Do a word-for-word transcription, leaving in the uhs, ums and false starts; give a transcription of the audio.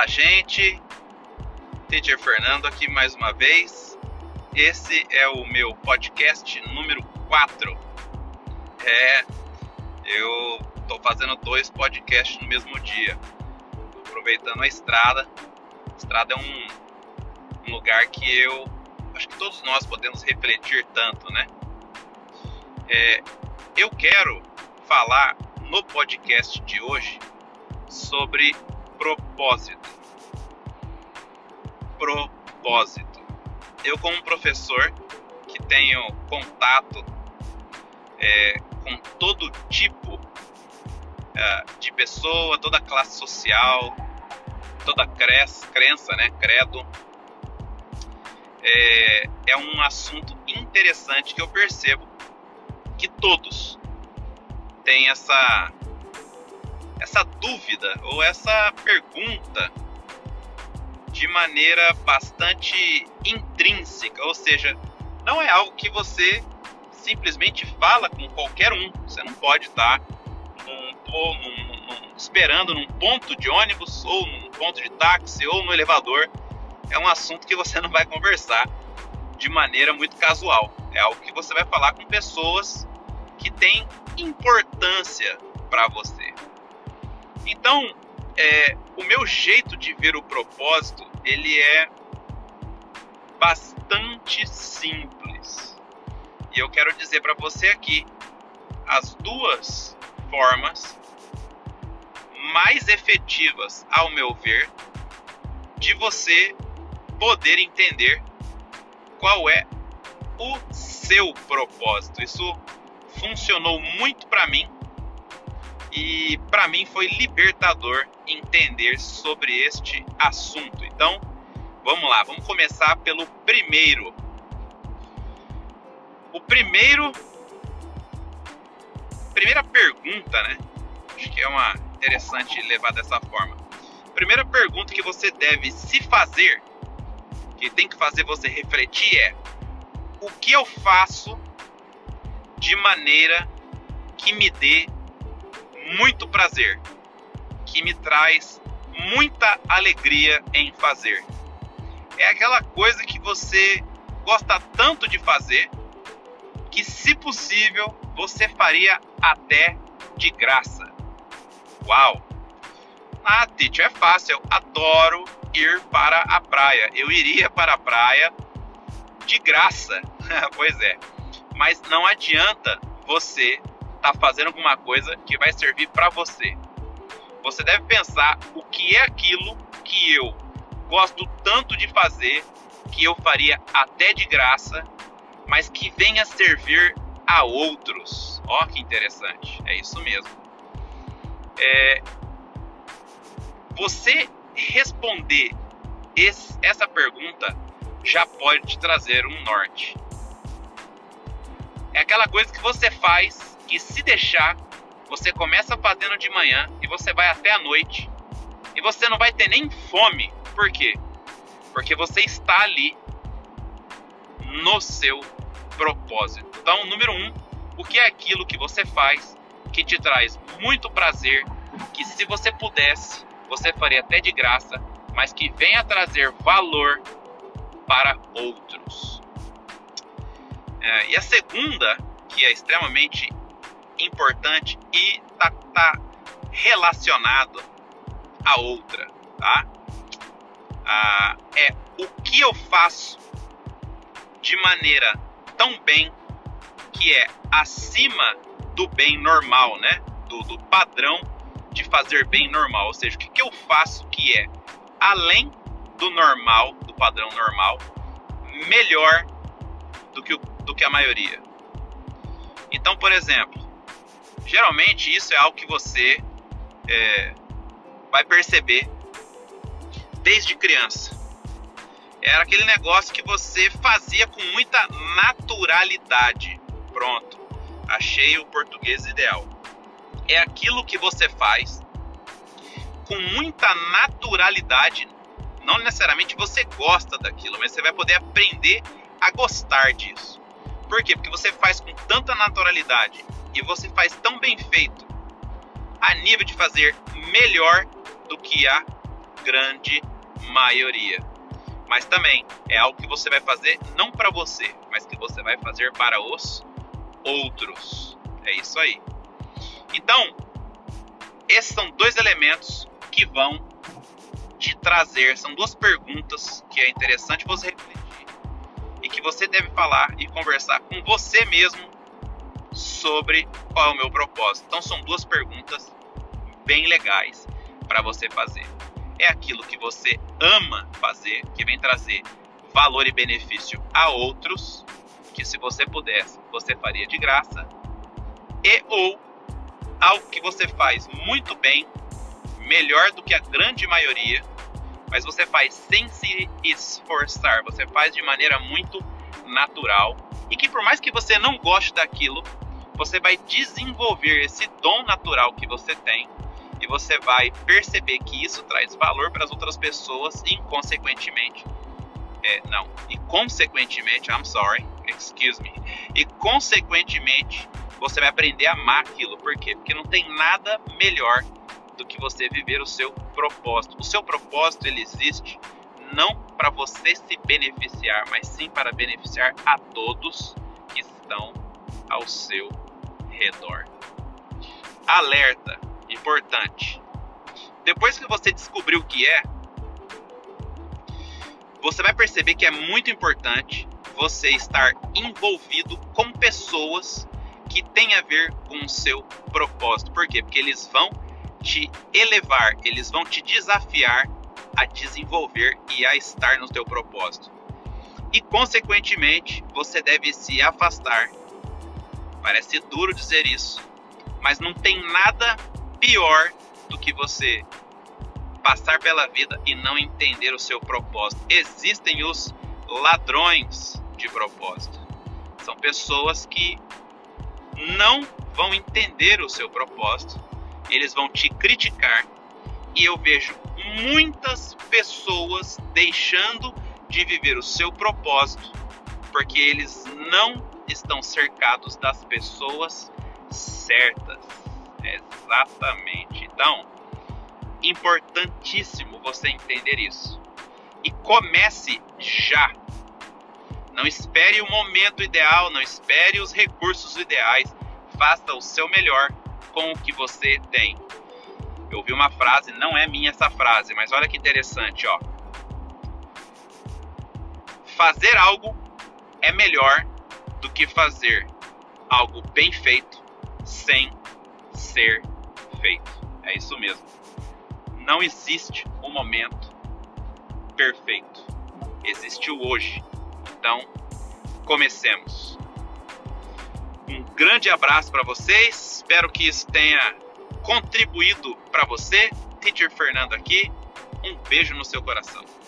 Olá, gente. Teacher Fernando aqui mais uma vez. Esse é o meu podcast número quatro. É, eu tô fazendo dois podcasts no mesmo dia. Tô aproveitando a estrada. A estrada é um, um lugar que eu acho que todos nós podemos refletir tanto, né? É, eu quero falar no podcast de hoje sobre propósito. Propósito. Eu, como professor que tenho contato é, com todo tipo é, de pessoa, toda classe social, toda cres, crença, né, credo, é, é um assunto interessante que eu percebo que todos têm essa essa dúvida ou essa pergunta de maneira bastante intrínseca, ou seja, não é algo que você simplesmente fala com qualquer um. Você não pode estar num, num, num, esperando num ponto de ônibus ou num ponto de táxi ou no elevador. É um assunto que você não vai conversar de maneira muito casual. É algo que você vai falar com pessoas que têm importância para você. Então, é, o meu jeito de ver o propósito, ele é bastante simples. E eu quero dizer para você aqui as duas formas mais efetivas, ao meu ver, de você poder entender qual é o seu propósito. Isso funcionou muito para mim. E para mim foi libertador entender sobre este assunto. Então, vamos lá, vamos começar pelo primeiro. O primeiro, primeira pergunta, né? Acho que é uma interessante levar dessa forma. Primeira pergunta que você deve se fazer, que tem que fazer você refletir é: o que eu faço de maneira que me dê muito prazer, que me traz muita alegria em fazer? É aquela coisa que você gosta tanto de fazer que, se possível, você faria até de graça. Uau! Ah, teacher, é fácil, eu adoro ir para a praia. Eu iria para a praia de graça. Pois é, mas não adianta você tá fazendo alguma coisa que vai servir para você. Você deve pensar o que é aquilo que eu gosto tanto de fazer, que eu faria até de graça, mas que venha servir a outros. Ó, que interessante. É isso mesmo. É, você responder esse, essa pergunta já pode te trazer um norte. É aquela coisa que você faz, que se deixar, você começa fazendo de manhã e você vai até a noite e você não vai ter nem fome. Por quê? Porque você está ali no seu propósito. Então, número um, o que é aquilo que você faz que te traz muito prazer, que se você pudesse, você faria até de graça, mas que venha trazer valor para outros. É, e a segunda, que é extremamente importante e tá, tá relacionado à outra, tá? Ah, é o que eu faço de maneira tão bem que é acima do bem normal, né? Do, do padrão de fazer bem normal. Ou seja, o que, que eu faço que é além do normal, do padrão normal, melhor do que, o, do que a maioria. Então, por exemplo, geralmente isso é algo que você é, vai perceber desde criança. Era aquele negócio que você fazia com muita naturalidade. Pronto, achei o português ideal. É aquilo que você faz com muita naturalidade. Não necessariamente você gosta daquilo, mas você vai poder aprender a gostar disso. Por quê? Porque você faz com tanta naturalidade e você faz tão bem feito, a nível de fazer melhor do que a grande maioria. Mas também é algo que você vai fazer não para você, mas que você vai fazer para os outros. É isso aí. Então, esses são dois elementos que vão te trazer, são duas perguntas que é interessante você refletir e que você deve falar e conversar com você mesmo sobre qual é o meu propósito. Então são duas perguntas bem legais para você fazer. É aquilo que você ama fazer, que vem trazer valor e benefício a outros, que se você pudesse, você faria de graça, e ou algo que você faz muito bem, melhor do que a grande maioria, mas você faz sem se esforçar, você faz de maneira muito natural, e que por mais que você não goste daquilo, você vai desenvolver esse dom natural que você tem, e você vai perceber que isso traz valor para as outras pessoas e, consequentemente, é, não, e consequentemente, I'm sorry, excuse me, e consequentemente, você vai aprender a amar aquilo. Por quê? Porque não tem nada melhor do que você viver o seu propósito. O seu propósito, ele existe não para você se beneficiar, mas sim para beneficiar a todos que estão ao seu redor. Alerta, importante. Depois que você descobriu o que é, você vai perceber que é muito importante você estar envolvido com pessoas que têm a ver com o seu propósito. Por quê? Porque eles vão te elevar, eles vão te desafiar a desenvolver e a estar no teu propósito. E, consequentemente, você deve se afastar. Parece duro dizer isso, mas não tem nada pior do que você passar pela vida e não entender o seu propósito. Existem os ladrões de propósito. São pessoas que não vão entender o seu propósito, eles vão te criticar, e eu vejo muitas pessoas deixando de viver o seu propósito porque eles não estão cercados das pessoas certas. Exatamente. Então, importantíssimo você entender isso. E comece já. Não espere o momento ideal, não espere os recursos ideais. Faça o seu melhor com o que você tem. Eu ouvi uma frase, não é minha essa frase, mas olha que interessante, ó. Fazer algo é melhor do que fazer algo bem feito sem ser feito. É isso mesmo. Não existe um momento perfeito. Existe o hoje. Então, comecemos. Um grande abraço para vocês. Espero que isso tenha contribuído para você. Teacher Fernando aqui. Um beijo no seu coração.